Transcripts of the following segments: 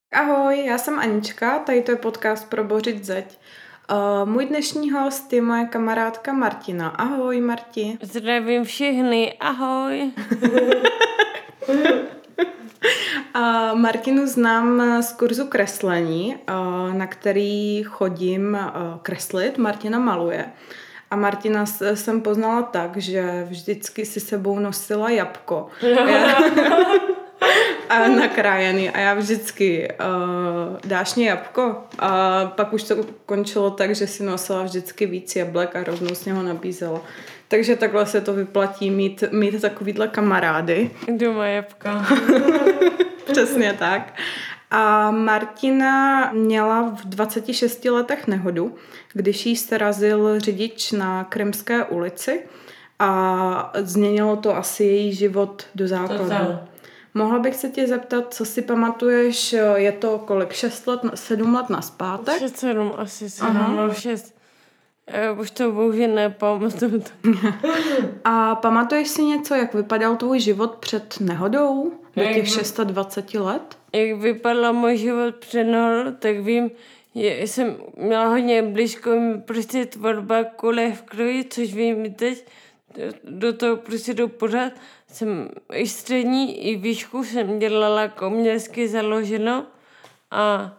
Ahoj, já jsem Anička, tady to je podcast pro Bořit zeď. Můj dnešní host je moje kamarádka Martina. Ahoj, Marti. Zdravím všechny, ahoj. Martinu znám z kurzu kreslení, na který chodím kreslit. Martina maluje. A Martina jsem poznala tak, že vždycky si sebou nosila jabko. A nakrájený a já vždycky dáš mě jabko a pak už to končilo tak, že si nosila vždycky víc jablek a rovnou s něho nabízela. Takže takhle se to vyplatí mít takovýhle kamarády. Doma jabka. Přesně tak. A Martina měla v 26 letech nehodu, když jí srazil řidič na Krymské ulici a změnilo to asi její život do základu. Mohla bych se tě zeptat, co si pamatuješ, je to kolik, 7 let nazpátek? 6-7, asi 7, 6. Už to bohužel nepamatuju. A pamatuješ si něco, jak vypadal tvůj život před nehodou do těch 26 let? Jak vypadal můj život před nehodou, tak vím, že jsem měla hodně blízko prostě tvorba kule v kroji, což vím i teď. Do toho prostě jdu pořád. Jsem i střední, i výšku jsem dělala jako umělecky založeno a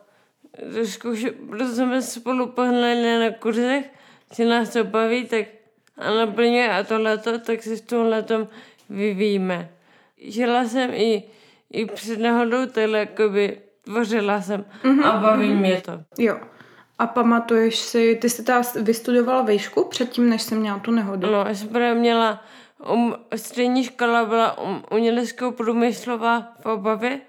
proto jsme spolu pohnali na kurzech, že nás to baví, tak a naplňuje a tohleto, tak se v tomhletom vyvíjíme. Žila jsem i před náhodou, takhle jakoby tvořila jsem a baví mě to. Jo. A pamatuješ si, ty jsi vystudovala výšku předtím, než jsi měla tu nehodu? No, já jsem právě měla, střední škola byla umělecko-průmyslová v Opavě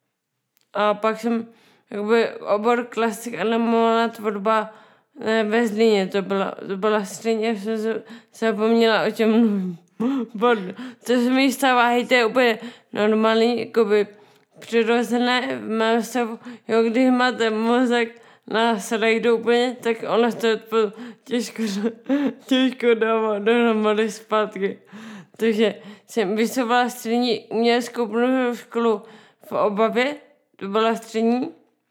a pak jsem jakoby obor klasik a animovaná tvorba ve Zlíně, to byla střední, já jsem se zapomněla, o čem mluvím. To se mi stává, hej, to je úplně normální, jakoby přirozené v mém stavu, jo, když máte mozek na srajdu úplně, tak ona se to těžko dává dohromady zpátky. Takže jsem vystudovala střední uměleckou školu v Opavě, to byla střední,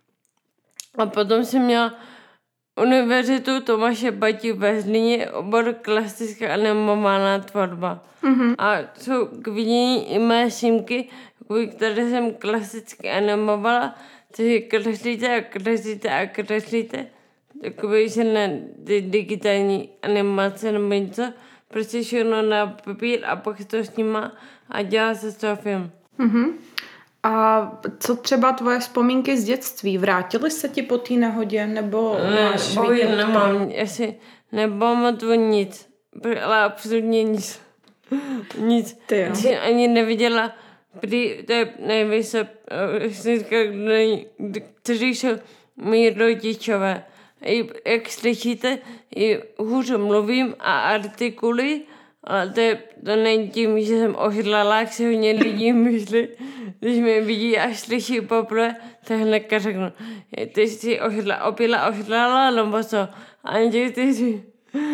a potom jsem měla univerzitu Tomáše Bati ve Zlíně, obor klasická animovaná tvorba. Mm-hmm. A jsou k vidění i mé snímky, které jsem klasicky animovala, takže kreslíte. Takové že na digitální animace nebo něco, prostě všechno na papír a pak se to snímá a dělá se z toho film. Mm-hmm. A co třeba tvoje vzpomínky z dětství? Vrátily se ti po té nehodě, nebo máš bohužel nemám, asi nepamatuju nic, ale absolutně nic. Nic. Jsem ani neviděla, to je nejvíc, kteří jsou mý rodičové. Jak slyšíte, hůře mluvím a artikuluji, ale to není tím, že jsem ošidlala, jak se hodně lidí myslí. Když mě vidí až slyší poprvé, tak hnedka řeknu, ty jsi ošidlala, nebo co? A ty si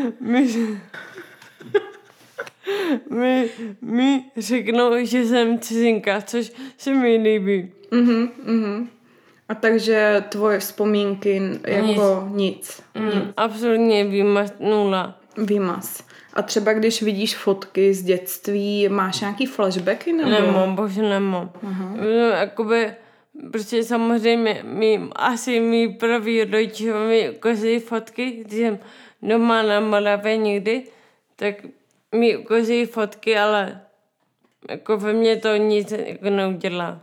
mi řeknou, že jsem cizinka, což se mi líbí. A takže tvoje vzpomínky jako nic. Absolutně výmaz, nula. Výmaz. A třeba když vidíš fotky z dětství, máš nějaký flashbacky? Nebo? Nemám. Jakoby, prostě samozřejmě mý praví rodiče mi ukazí fotky, když jsem doma na Moravě někdy, tak mi ukazí fotky, ale jako ve mně to nic jako neudělá.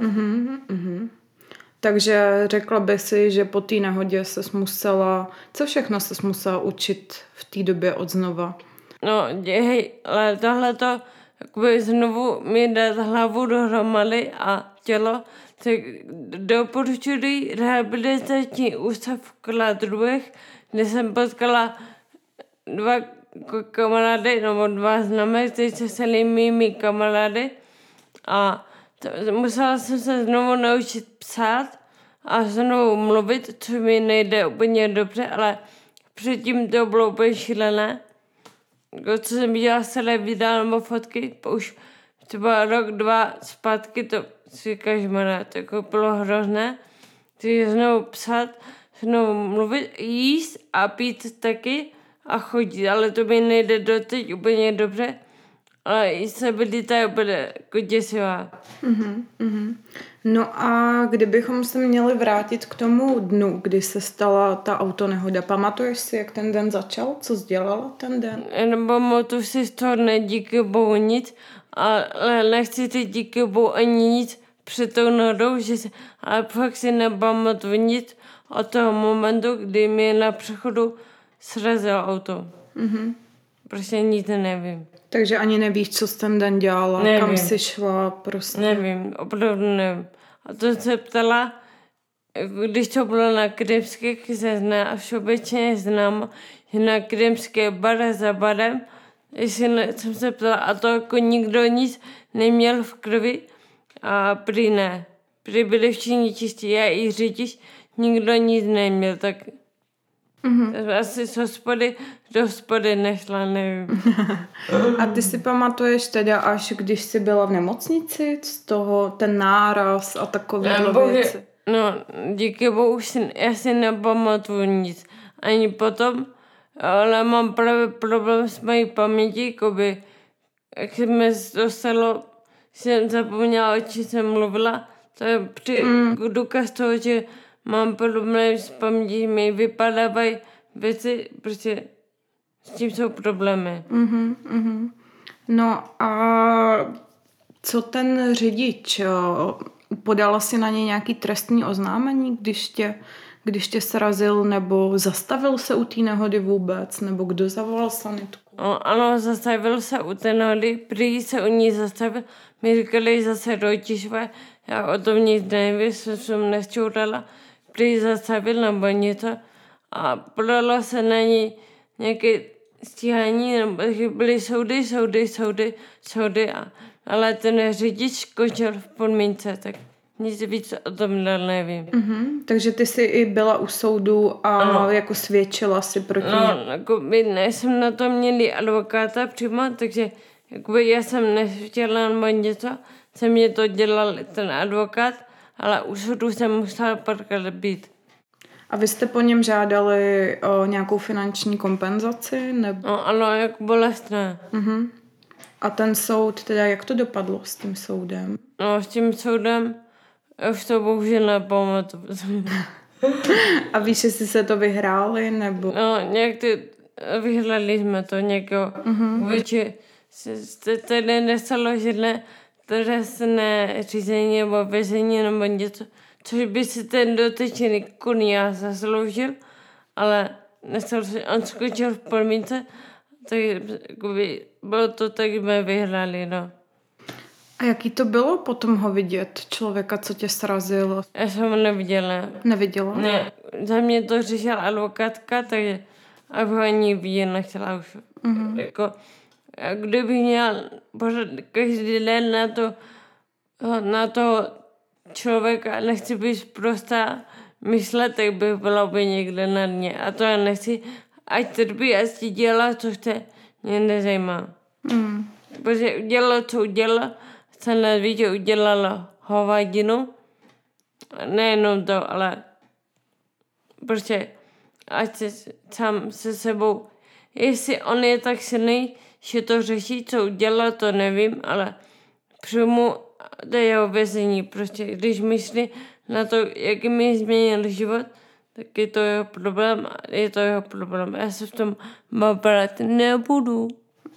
Takže řekla by si, že po té nehodě co všechno ses musela učit v té době odznova? No, hej, ale tohleto, jakoby znovu mi dát hlavu dohromady a tělo, tak doporučuji rehabilitační ústav v Kladrubech, kde jsem potkala 2 kamarády, nebo 2 známé, kteří se stali mými kamarády a musela jsem se znovu naučit psát a znovu mluvit, což mi nejde úplně dobře, ale předtím to bylo úplně šílené. Co jsem viděla celé videa nebo fotky, už třeba rok, 2 zpátky, to si každý to jako bylo hrozné. Chci znovu psát, znovu mluvit, jíst a pít taky a chodit, ale to mi nejde doteď úplně dobře. Ale i stabilita je úplně jako děsivá. No a kdybychom se měli vrátit k tomu dnu, kdy se stala ta autonehoda, pamatuješ si, jak ten den začal? Co jsi dělala ten den? Nepamatuji si z toho díky bohu nic, ale nechci si díky bohu ani nic před tou nehodou, ale fakt si nepamatuji nic od toho momentu, kdy mě na přechodu srazilo auto. Prostě nic nevím. Takže ani nevíš, co jsi ten den dělala, Nevím. kam jsi šla, prostě. Nevím, opravdu nevím. A to se ptala, když to bylo na krymské křesné a všeobecně znám, že na krymské bar za barem, jsem se ptala, a to jako nikdo nic neměl v krvi a prý ne. Prý byli všichni čistí, já i řidič, nikdo nic neměl, tak asi z hospody do hospody nešla, nevím. A ty si pamatuješ teda, až když jsi byla v nemocnici, z toho ten náraz a takovéhle věci? No, díky bohu já si nepamatuju nic. Ani potom, ale mám právě problém s mojí pamětí, jakoby, jak se mi dostalo, jsem zapomněla, o čem jsem mluvila, to je důkaz toho, že mám problém s pamětí, mi vypadávají věci, protože s tím jsou problémy. No a co ten řidič? Podala si na něj nějaký trestní oznámení, když tě srazil, nebo zastavil se u té nehody vůbec, nebo kdo zavolal sanitku? Ano, zastavil se u té nehody, prý se u ní zastavil, mi říkali zase rodičové, já o tom nic nevím, jsem nešťourala, prý zastavil nebo něco a podalo se na ní nějaké stíhání, nebo byly soudy, ale ten řidič skončil v podmínce, tak nic víc o tom nevím. Takže ty jsi i byla u soudu a jako svědčila si proti jsem na to měli advokáta přímo, takže jakoby já jsem nechtěla nebo něco, se mě to dělal ten advokát, ale u soudu jsem musela párkrát být. A vy jste po něm žádali o nějakou finanční kompenzaci? Nebo? No, ano, jako bolestné. A ten soud, teda jak to dopadlo s tím soudem? No, s tím soudem už to bohužel nepamatuju. A víš, jestli se to vyhráli, nebo? No, nějak vyhráli jsme to někoho. Větši se tady nestalo žádné trestné řízení nebo vězení nebo něco, což by si ten dotyčený kurňa zasloužil, ale nestalo se, on skončil v podmínce, tak bylo to tak, jsme vyhráli, no. A jaký to bylo potom ho vidět, člověka, co tě srazil? Já jsem ho neviděla. Neviděla? Ne, za mě to řešila advokátka, takže aby ho ani vidět nechtěla už. Jako, kdybych měla pořád každý den na to člověka, nechci být prostá myslet, tak bych byla úplně někde na dně. A to já nechci, ať trpí, ať si dělá, co chce, mě nezajímá. Protože udělala, co udělala, se neví, že udělala hovadinu. Nejenom to, ale prostě ať se sám se sebou. Jestli on je tak silný, že to řeší, co udělal, to nevím, ale přijmu to jeho vězení. Prostě když myslí na to, jak mi změnil život, tak je to jeho problém. Já se v tom babrat nebudu.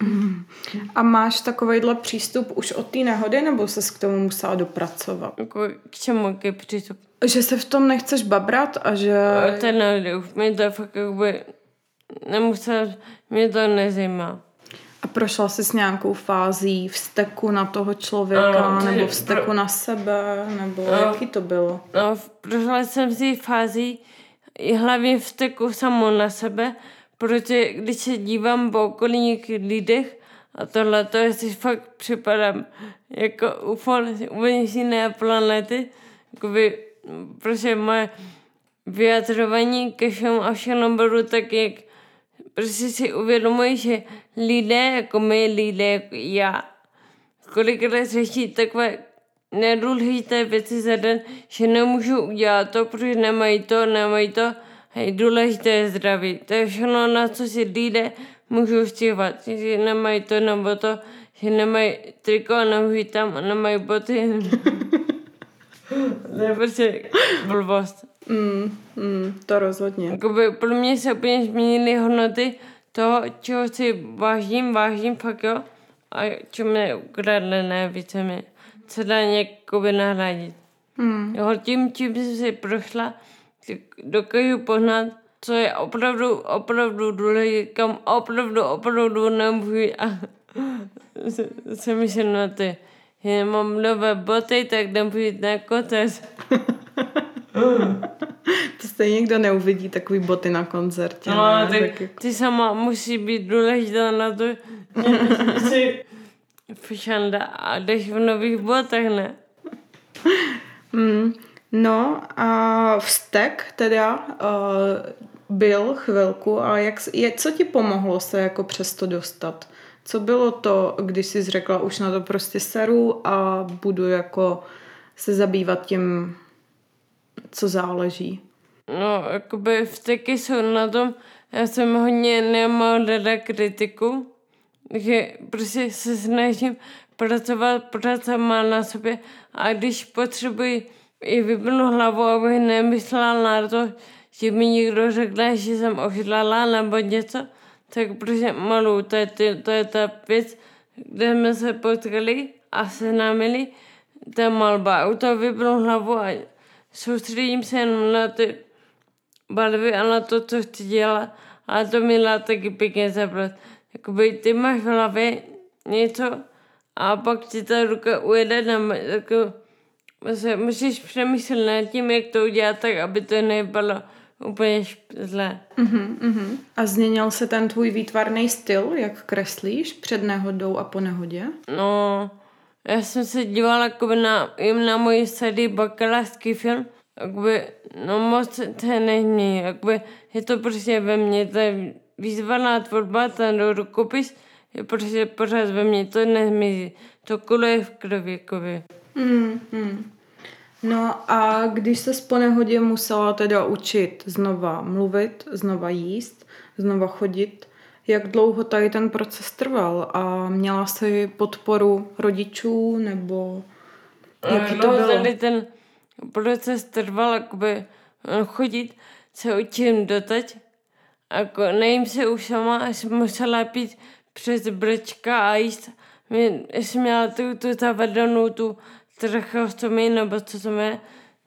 A máš takovejhle přístup už od té nehody, nebo ses k tomu musela dopracovat? Jako, k čemu, jaký přístup? Že se v tom nechceš babrat a že... Ten nehody, už mě to fakt jakoby nemusela, mě to nezajímá. A prošla jsi s nějakou fází vzteku na toho člověka, nebo vzteku na sebe, nebo jaký to bylo? No, prošla jsem si fází hlavně vzteku samou na sebe, protože když se dívám po okolních lidech a tohle, to si fakt připadám jako UFO, úplně z jiné planety, jakoby, protože moje vyjadřování ke všemu a všechno budu tak, jak prostě si uvědomuji, že lidé, jako my lidé, jako já, kolikrát řeší takové nedůležité věci za den, že nemůžu udělat to, protože nemají to. Hej, důležité je zdraví. To je všechno, na co si lidé můžou stěhovat. Že nemají to nebo to, že nemají triko a nemůžu tam a nemají boty. To je prostě blbost. To rozhodně. Jakoby pro mě se úplně změnily hodnoty toho, čeho si vážím fakt jo, a čo mě ukradne, ne, více mě. Co dá někoby nahradit. Jo, tím, čím jsem si prošla, dokážu poznat, co je opravdu důležité, kam opravdu nemůžu a se myslím na ty. Že mám nové boty, tak nemůžu jít na koncert. To stejně nikdo neuvidí takový boty na koncertě. No, tak ty sama musí být důležitá na to, že si fšanda a jdeš v nových botách, ne? No a vztek teda byl chvilku a co ti pomohlo se jako přesto dostat? Co bylo to, když jsi řekla, už na to prostě seru a budu jako se zabývat tím, co záleží? No, jakoby vteky jsou na tom, já jsem hodně nemal dada kritiku, že prostě se snažím pracovat na sobě a když potřebuji i vypnout hlavu, abych nemyslela na to, že mi někdo řekne, že jsem ošidlala nebo něco, tak prostě malu, to je ta věc, kde jsme se potkali a seznámili, ta malba. U toho vypnout hlavu a soustředím se jenom na ty barvy a na to, co chci dělat, ale to mi dá taky pěkně zabrat. Jakoby ty máš v hlavě něco a pak ti ta ruka ujede na jako, musíš přemýšlet nad tím, jak to udělat tak, aby to nebylo úplně zlé. A změnil se ten tvůj výtvarný styl, jak kreslíš před nehodou a po nehodě? No, já jsem se dívala na můj starý bakalářský film, jakoby, no moc to nezmění, jakoby, je to prostě ve mně, to je výzvaná tvorba, ten rukopis je prostě pořád ve mně, to nezmizí, to koluje v krvi, jakoby. No a když se po nehodě musela teda učit znova mluvit, znova jíst, znova chodit, jak dlouho tady ten proces trval a měla jsi podporu rodičů nebo jaký to bylo? Tady ten proces trval, jakoby chodit se učím doteď, jako nejím se už sama, až jsem musela pít přes brčka a jíst. Jsem měla tu zavedenou tu trachostomii, nebo co to je,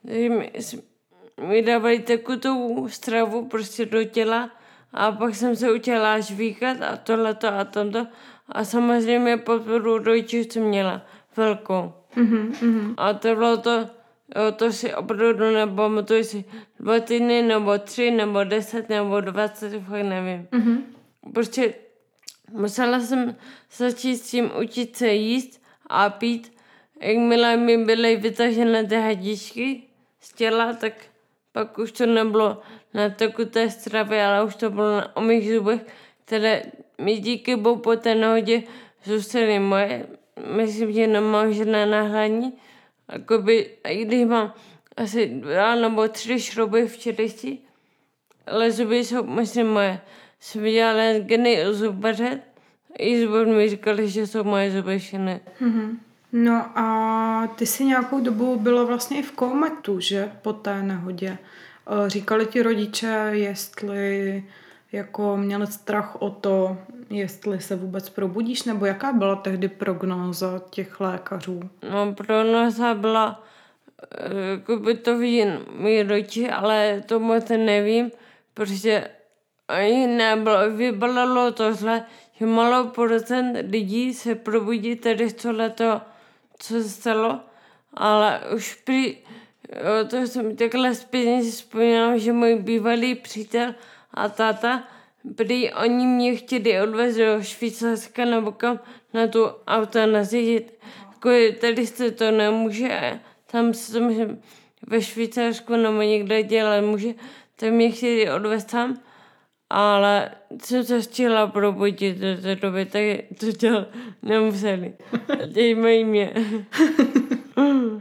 mi dávali takovou stravu prostě do těla a pak jsem se učila žvíkat a tohleto a tamto a samozřejmě podporu rodičů jsem měla velkou. A to bylo to si opravdu nepamatuji si 2 týdny, nebo 3, nebo 10, nebo 20, fakt nevím. Prostě musela jsem začít s tím učit se jíst a pít. Jakmile mi byly vytažené ty hadičky z těla, tak pak už to nebylo na tekuté stravě, ale už to bylo o mých zubech, které mi díky bohu po té nehodě zůstaly moje. Myslím, že nemám žádné náhradní. Jakoby, i když mám asi 2 nebo 3 šrouby v čelisti, ale zuby jsou, myslím, moje. Jsem viděla rentgeny u zubaře, i zubař mi říkali, že jsou moje zuby všechny. No a ty si nějakou dobu byla vlastně i v kómatu, že? Po té nehodě. Říkali ti rodiče, jestli jako měli strach o to, jestli se vůbec probudíš, nebo jaká byla tehdy prognóza těch lékařů? No, prognóza byla, jakoby to ví mý rodiče, ale to moc nevím, protože ani nebylo, vypadalo to zle, že malo procent lidí se probudí tady z tohleto, co se stalo, ale už to jsem takhle zpětně si vzpomínala, že můj bývalý přítel a táta, prý oni mě chtěli odvést do Švýcarska nebo kam na tu eutanazii. Jako tady se to nemůže, tam se to myslím ve Švýcarsku nebo někde dělat může, tak mě chtěli odvést tam, ale jsem se chtěla probudit do té doby, tak to dělat nemuseli. Teď mají mě.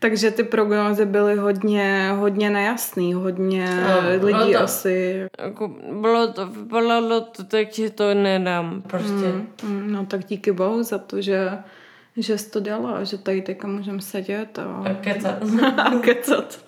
Takže ty prognózy byly hodně nejasný, hodně lidí asi... Jako vypadalo to tak, že to nedám prostě. No tak díky bohu za to, že jsi to dělala, že tady teďka můžeme sedět a kecat.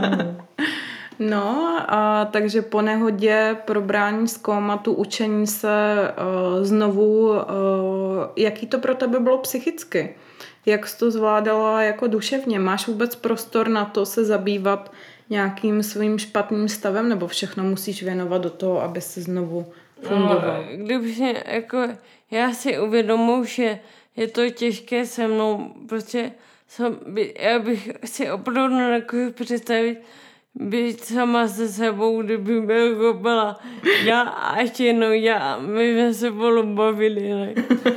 No a takže po nehodě, probrání z kómatu, učení se znovu, jaký to pro tebe bylo psychicky? Jak jsi to zvládala jako duševně? Máš vůbec prostor na to se zabývat nějakým svým špatným stavem, nebo všechno musíš věnovat do toho, aby se znovu fungoval? Jako já si uvědomuji, že je to těžké se mnou, prostě já bych si opravdu nemohl představit být sama se sebou, kdyby jako byla já a ještě jednou já, my jsme se spolu bavili, ne?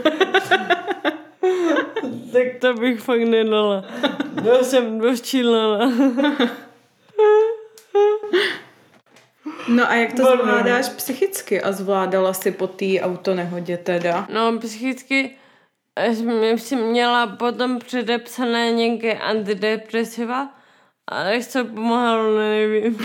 Tak to bych fakt nedala. Já jsem dost chillala. No a jak to zvládáš psychicky? A zvládala si po té autonehodě teda? No psychicky jsem měla potom předepsané nějaké antidepresiva, ale jak to pomáhalo, nevím.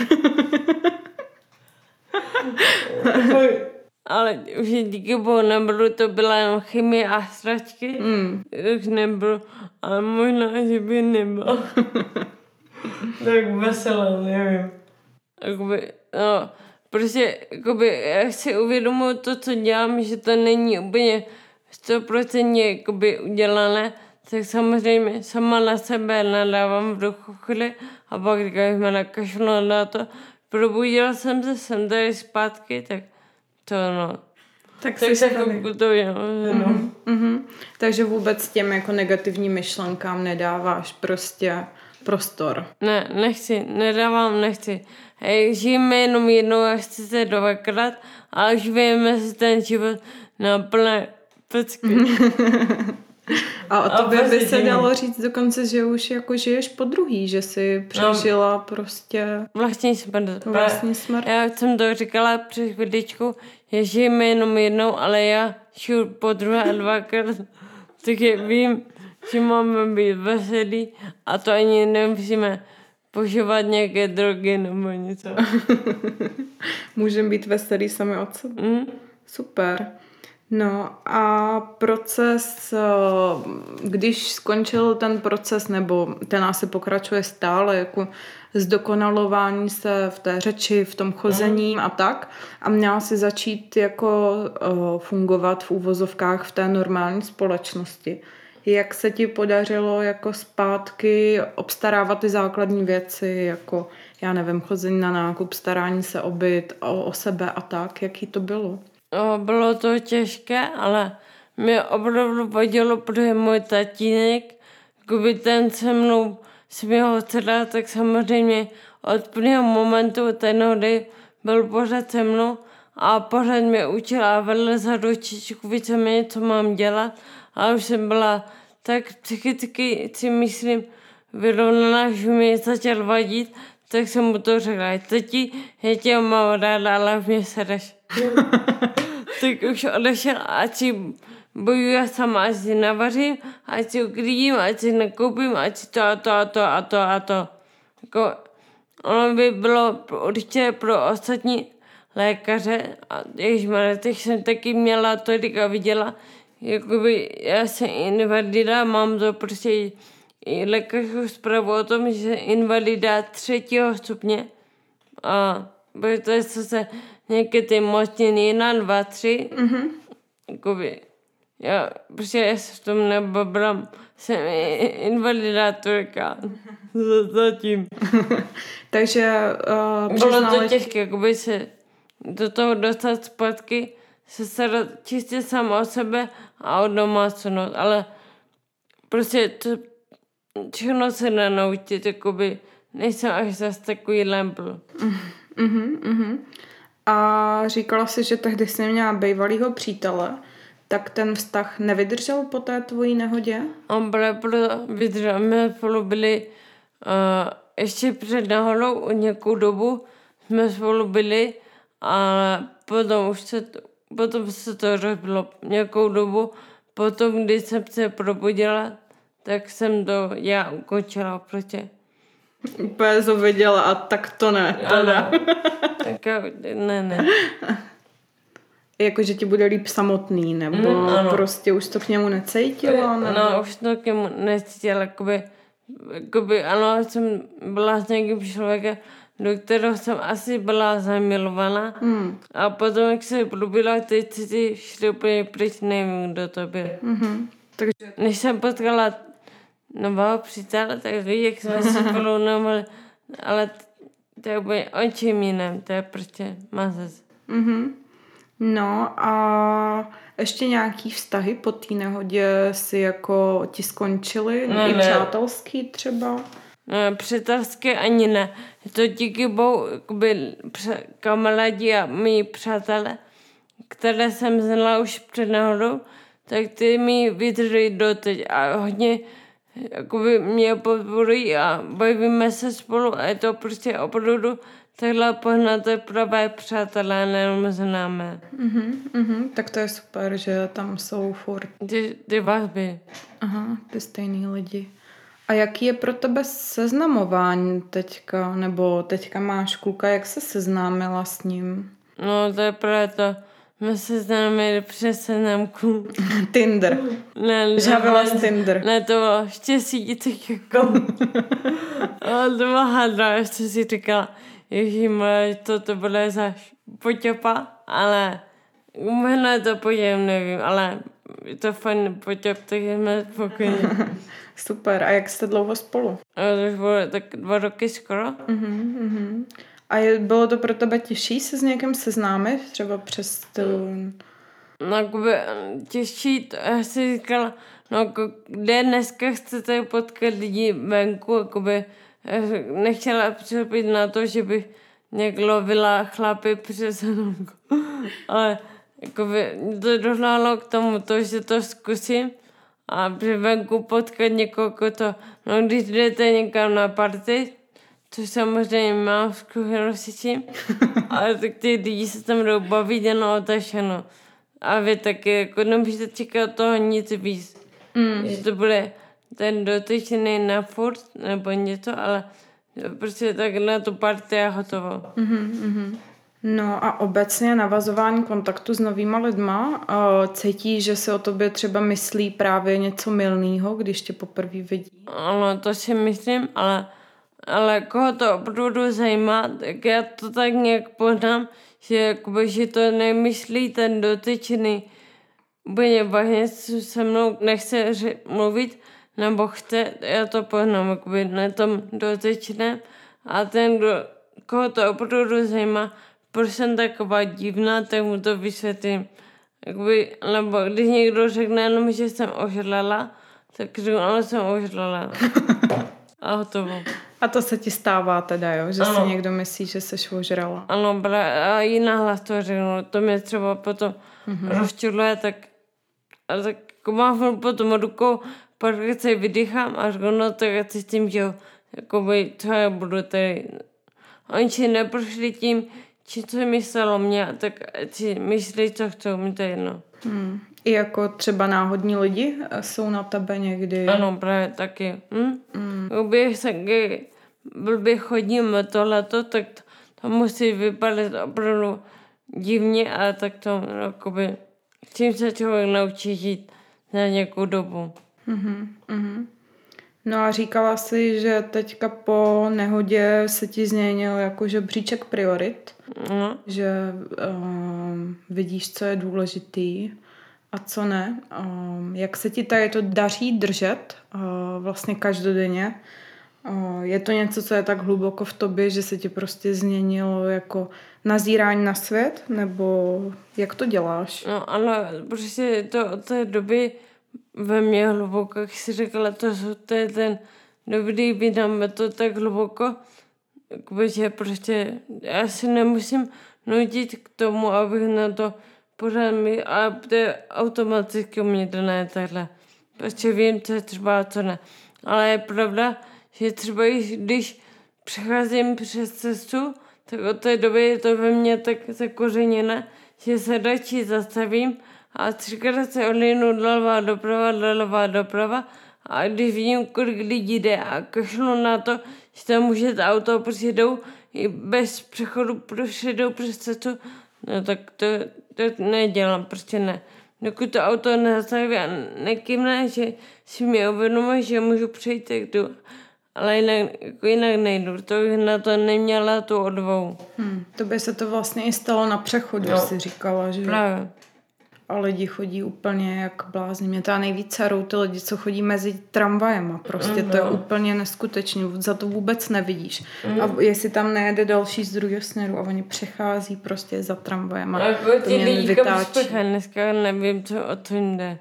Ale už díky bohu nebylo, to byla jenom chemie a sračky. Už nebylo, ale možná, že by nebylo. Tak veselé, nevím. Jakoby, no, prostě jakoby, já si uvědomuji to, co dělám, že to není úplně 100% jakoby udělané, tak samozřejmě sama na sebe nadávám v chvíli a pak když jsme nakašlo na to, probudila jsem se, jsem tady zpátky, tak to no. Tak se chvilku to je, no. Takže vůbec těm jako negativním myšlenkám nedáváš prostě prostor. Ne, nechci. Hej, žijeme jenom jednou a chci se dvakrát, ale už víme si ten život na plné pecky. A o tobě by se dalo říct dokonce, že už jako žiješ po druhý, že jsi přežila prostě vlastní smrt. Já jsem to říkala před chvíličkou, že žijeme jenom jednou, ale já žiju po druhé a dvakrát. Takže vím, že máme být veselí a to ani nemusíme požívat nějaké drogy nebo něco. Můžeme být veselí sami od sebe. Super. No a proces, když skončil ten proces, nebo ten asi pokračuje stále, jako zdokonalování se v té řeči, v tom chození a tak, a měla si začít jako fungovat v úvozovkách v té normální společnosti. Jak se ti podařilo jako zpátky obstarávat ty základní věci, jako já nevím, chození na nákup, starání se o byt, o sebe a tak, jaký to bylo? Bylo to těžké, ale mě opravdu vadilo, protože můj tatínek, kdyby ten se mnou směl dcera, tak samozřejmě od prvního momentu té nehody byl pořád se mnou a pořád mě učil a vedl za ručičku víceméně, co mám dělat. A už jsem byla tak psychicky, si myslím, vyrovnaná, že mi začal vadit, tak jsem mu to řekla. Tati, já tě mám ráda, ale v mě sereš. Tak už odešel, ať si bojuji sama, ať si navařím, ať si uklidím, ať si nakoupím, ať si to. Jako, ono by bylo určitě pro ostatní lékaře, a ježišmarja, teď jsem taky měla tolik a viděla, jakoby já jsem invalida, mám to prostě i lékařskou zprávu o tom, že invalida 3. stupně a protože se nějaké ty mocniny 1, 2, 3, jakoby, já se v tom nebabram, jsem invalidátorka zatím. Takže bylo to těžké, jakoby se do toho dostat zpátky, se starat čistě sama o sebe a o domácnost, ale prostě to všechno se nenaučit, jakoby nejsem až zase takový lempl. A říkala jsi, že tehdy jsi měla bývalýho přítele, tak ten vztah nevydržel po té tvojí nehodě? On vydržel. My spolu byli ještě před nehodou nějakou dobu jsme spolu byli a potom se to rozbilo nějakou dobu. Potom, když jsem se probudila, tak jsem to já ukončila, protože... Úplně to viděla a tak to ne. Teda. Tak ne. Jako, že ti bude líp samotný, nebo prostě už to k němu necítila? Nebo... No, už to k němu necítila, jakoby ano, jsem byla s někým člověkem, do kterého jsem asi byla zamilovaná. A potom, jak se polubila, teď si šli úplně pryč, nevím, kdo to byl. Takže... Než jsem potkala nového přítele, tak víš, jak jsme si spolu normali, ale to je úplně o čím jiném, to je prostě mazec. No a ještě nějaký vztahy po té nehodě si jako ti skončily? I přátelský třeba? No, přátelské ani ne. Je to díky bohu kamarádi a mý přátelé, které jsem znala už před nehodou, tak ty mi vydrží doteď a hodně jakoby mě podporují a bavíme se spolu a je to prostě opravdu takhle pohnaté pravé přátelé, nejenom známé. Tak to je super, že tam jsou furt. Ty vazby. Aha, ty stejný lidi. A jaký je pro tebe seznamování teďka? Nebo teďka máš kluka, jak se seznámila s ním? No to je právě to. My se známe přes seznamku. Tinder. Žavila z Tinder. Ne, to bylo štěstí, tak jako. Ale to byla hadra, ještě si říkala, ježišmarja, to bude za poťopa, ale možná to poděm, nevím, ale je to fajn poťop, takže jsme spokojení. Super, a jak jste dlouho spolu? To už bylo tak 2 roky skoro. A bylo to pro tebe těžší se s někým seznámit? Třeba přes tu... No, jakoby těžší, to já si říkala, no, kde dneska chcete potkat lidi venku, jakoby nechtěla připít na to, že bych nějak lovila chlapy přes seznamku. Ale jakoby to dohnálo k tomu, že to zkusím a při venku potkat někoho, no, když jdete někam na party, což samozřejmě mám zkušenosti s tím, ale tak ty lidi se tam budou bavit jenom to všechno. A vy taky jako nemůžete čekat toho nic víc. Že to bude ten dotyčný na furt nebo něco, ale prostě tak na tu party a hotovo. No a obecně navazování kontaktu s novýma lidma, cítí, že se o tobě třeba myslí právě něco mylného, když tě poprvé vidí? Ano, to si myslím, ale koho to opravdu zajímá, tak já to tak nějak poznám, že, jakoby, že to nemyslí ten dotyčný úplně vážně, se mnou nechce mluvit, nebo chce, já to poznám jakoby, na tom dotyčném a ten, koho to opravdu zajímá, proč jsem taková divná, tak mu to vysvětlím. Jakoby, nebo když někdo řekne jenom, že jsem ožrala, tak řeknu, ano, jsem ožrala. A hotovo. A to se ti stává teda, jo? Že si někdo myslí, že seš ožrala. Ano, a jiná hlas to řeknu. To mě třeba potom rozčiluje, tak jako mám potom rukou, pak se vydýchám a řeknu, no tak já si s tím, že jakoby, co já budu tady. Oni si neprošli tím, co myslelo mě, tak si myslí, co chcou, mi to jedno. I jako třeba náhodní lidi jsou na tebe někdy? Ano, právě taky. Kdyby se blbě chodím tohleto, tak to musí vypadat opravdu divně, ale tak to jakoby, čím se člověk naučí žít na nějakou dobu. No a říkala jsi, že teďka po nehodě se ti změnil jako žebříček priorit, že vidíš, co je důležitý a co ne. Jak se ti tady to daří držet vlastně každodenně? Je to něco, co je tak hluboko v tobě, že se ti prostě změnilo jako nazírání na svět? Nebo jak to děláš? No ano, prostě to od té doby ve mně hluboko, jak jsi řekla, to je ten dobrý význam, to tak hluboko, jakoby, že prostě já si nemusím nutit k tomu, abych na to pořád a to je automaticky u mě dané takhle. Prostě vím, co je třeba a co ne. Ale je pravda, že třeba když přecházím přes cestu, tak od té doby je to ve mně tak zakořeněné, že se radši zastavím a 3krát se odlínu doleva doprava a když vidím, kolik lidí jde a kašlu na to, že tam může to auto prostě jdou i bez přechodu jdou přes cestu, no tak to nedělám, prostě ne. Dokud to auto nezastaví a nekývne, že si mě uvědomuje, že můžu přejít, tak jdu. Ale jinak nejdu, to bych na to neměla tu odvahu. To by se to vlastně i stalo na přechodu, si říkala, že? Právě. A lidi chodí úplně jak blázni. Mě to nejvíc serou ty lidi, co chodí mezi tramvajema. Prostě to je úplně neskutečné. Za to vůbec nevidíš. A jestli tam nejede další z druhého směru a oni přechází prostě za tramvajema. A to mě vytáčí. Dneska nevím, o co jim jde.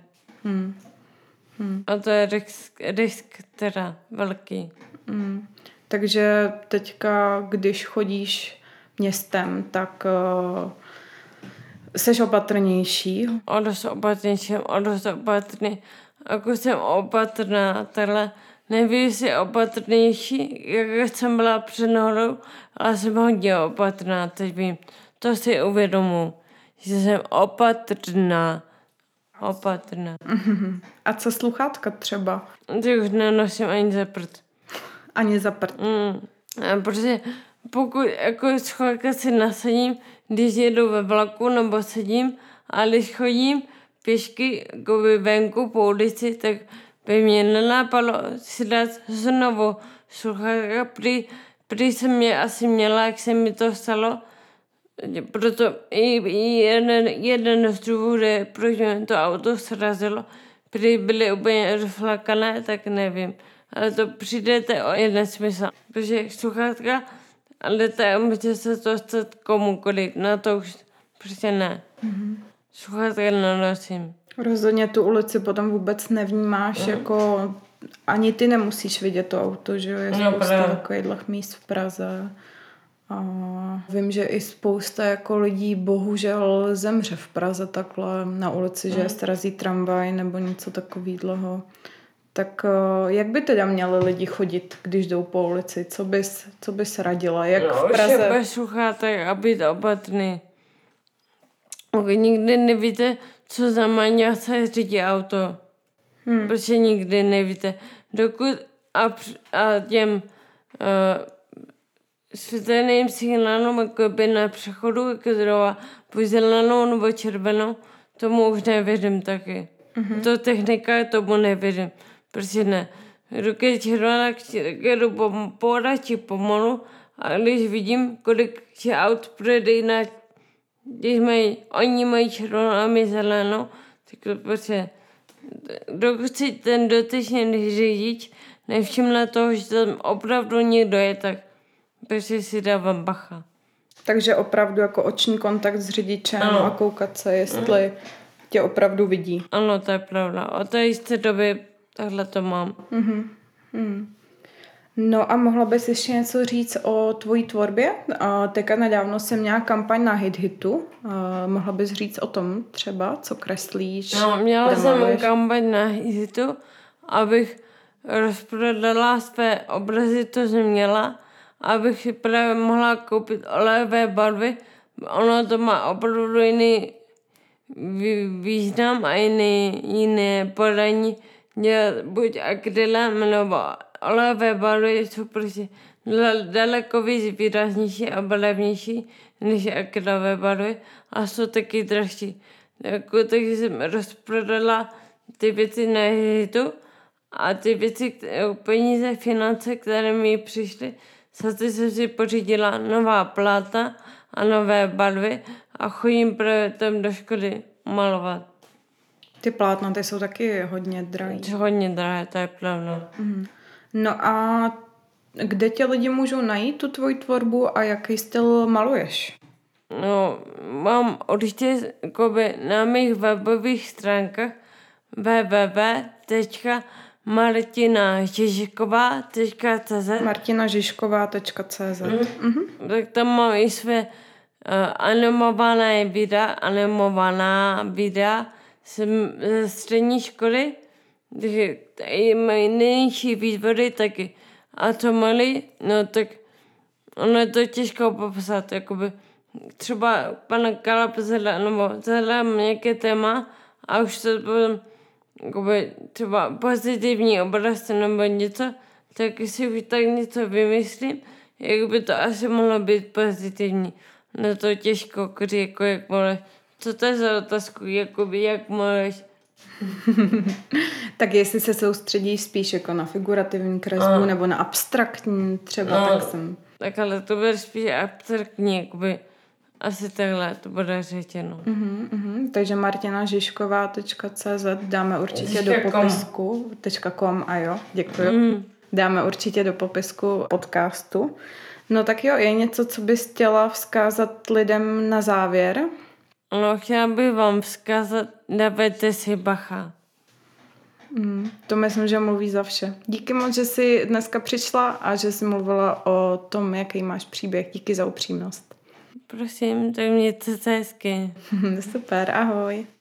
A to je risk teda velký. Takže teďka, když chodíš městem, tak seš opatrnější. O dost opatrný. Jako jsem opatrná, takhle nevím, jestli opatrnější, jak jsem byla před Nohrou, ale jsem hodně opatrná, teď vím. To si uvědomuji, že jsem opatrná. A co sluchátka třeba? Ty už nenosím ani za prd. Ani za prd. Protože pokud jako sluchátka si nasadím, když jedu ve vlaku nebo sedím, a když chodím pěšky jako venku po ulici, tak by mě nenápadlo si dát znovu sluchátka, prý jsem mě asi měla, jak se mi to stalo. Proto i jeden z důvodů, proč mě to auto srazilo, prý byly úplně rozflakané, tak nevím. Ale to přijdete o jeden smysl, protože sluchátka, ale to může se to stát komukoliv, na to už prostě ne. Sluchátka nenosím. Rozhodně tu ulici potom vůbec nevnímáš, jako ani ty nemusíš vidět to auto, že jo, je spousta takových míst v Praze. A vím, že i spousta jako lidí bohužel zemře v Praze takhle na ulici, že srazí tramvaj nebo něco takového. Tak jak by teda měli lidi chodit, když jdou po ulici? Co bys radila? Jak v Praze? No, bez sluchátek a být opatrný. Nikdy nevíte, co za mania se řídí auto. Protože nikdy nevíte. Dokud a těm světelným signálům jako by na přechodu, jako zrovna buď zelenou nebo červenou, tomu už nevěřím taky. To technika, tomu nevěřím. Prostě ne. Když červená, jdu poradí pomalu a když vidím, kolik aut projde jinak, když oni mají červenou a my zelenou, tak to prostě dokud si ten dotyčný řidič nevšimne toho, že tam opravdu někdo je, tak prostě si dávám bacha. Takže opravdu jako oční kontakt s řidičem a koukat se, jestli tě opravdu vidí. Ano, to je pravda. Od té jisté doby takhle to mám. No a mohla bys ještě něco říct o tvojí tvorbě? Teďka nedávno jsem měla kampaň na HitHitu. Mohla bys říct o tom třeba, co kreslíš? No, měla jsem kampaň na HitHitu, abych rozprodala své obrazy, to jsem měla, abych si právě mohla koupit olejové barvy. Ono to má opravdu jiný význam a jiné podání. Buď akrylem nebo olejové barvy jsou prostě daleko víc výraznější a barevnější než akrylové barvy a jsou taky dražší. Takže jsem rozprodala ty věci na HitHitu a ty věci, peníze, finance, které mi přišly, za ty jsem si pořídila nová plátna a nové barvy a chodím právě tam do školy malovat. Ty plátna, ty jsou taky hodně drahé. Hodně drahé, to je pravda. No a kde tě lidi můžou najít tu tvoji tvorbu a jaký styl maluješ? No, mám určitě na mých webových stránkách www.martinažižková.cz martinažižková.cz Tak tam mám i své animovaná videa ze střední školy, takže i mají nejnižší výtvory taky. A co malý, no tak ono je to těžko popsat, jakoby třeba pana Kalap nebo zadám nějaké téma a už to potom jakoby třeba pozitivní obraz nebo něco, tak si už tak něco vymyslím, jak by to asi mohlo být pozitivní. No to těžko, jako jak můžeš. Co to je za otázku, jakoby jak můžeš? Tak jestli se soustředí spíš jako na figurativní kresbu nebo na abstraktní třeba, tak jsem... Tak ale to bude spíš abstraktní, jakoby asi takhle to bude řečeno. Takže martinažižková.cz dáme určitě do popisku. .com, a jo, děkuju. Dáme určitě do popisku podcastu. No tak jo, je něco, co bys chtěla vzkázat lidem na závěr? No, chtěla bych vám vzkázat, dávejte si bacha. To myslím, že mluví za vše. Díky moc, že jsi dneska přišla a že jsi mluvila o tom, jaký máš příběh. Díky za upřímnost. Prosím, tak mějte se hezky. Super, ahoj.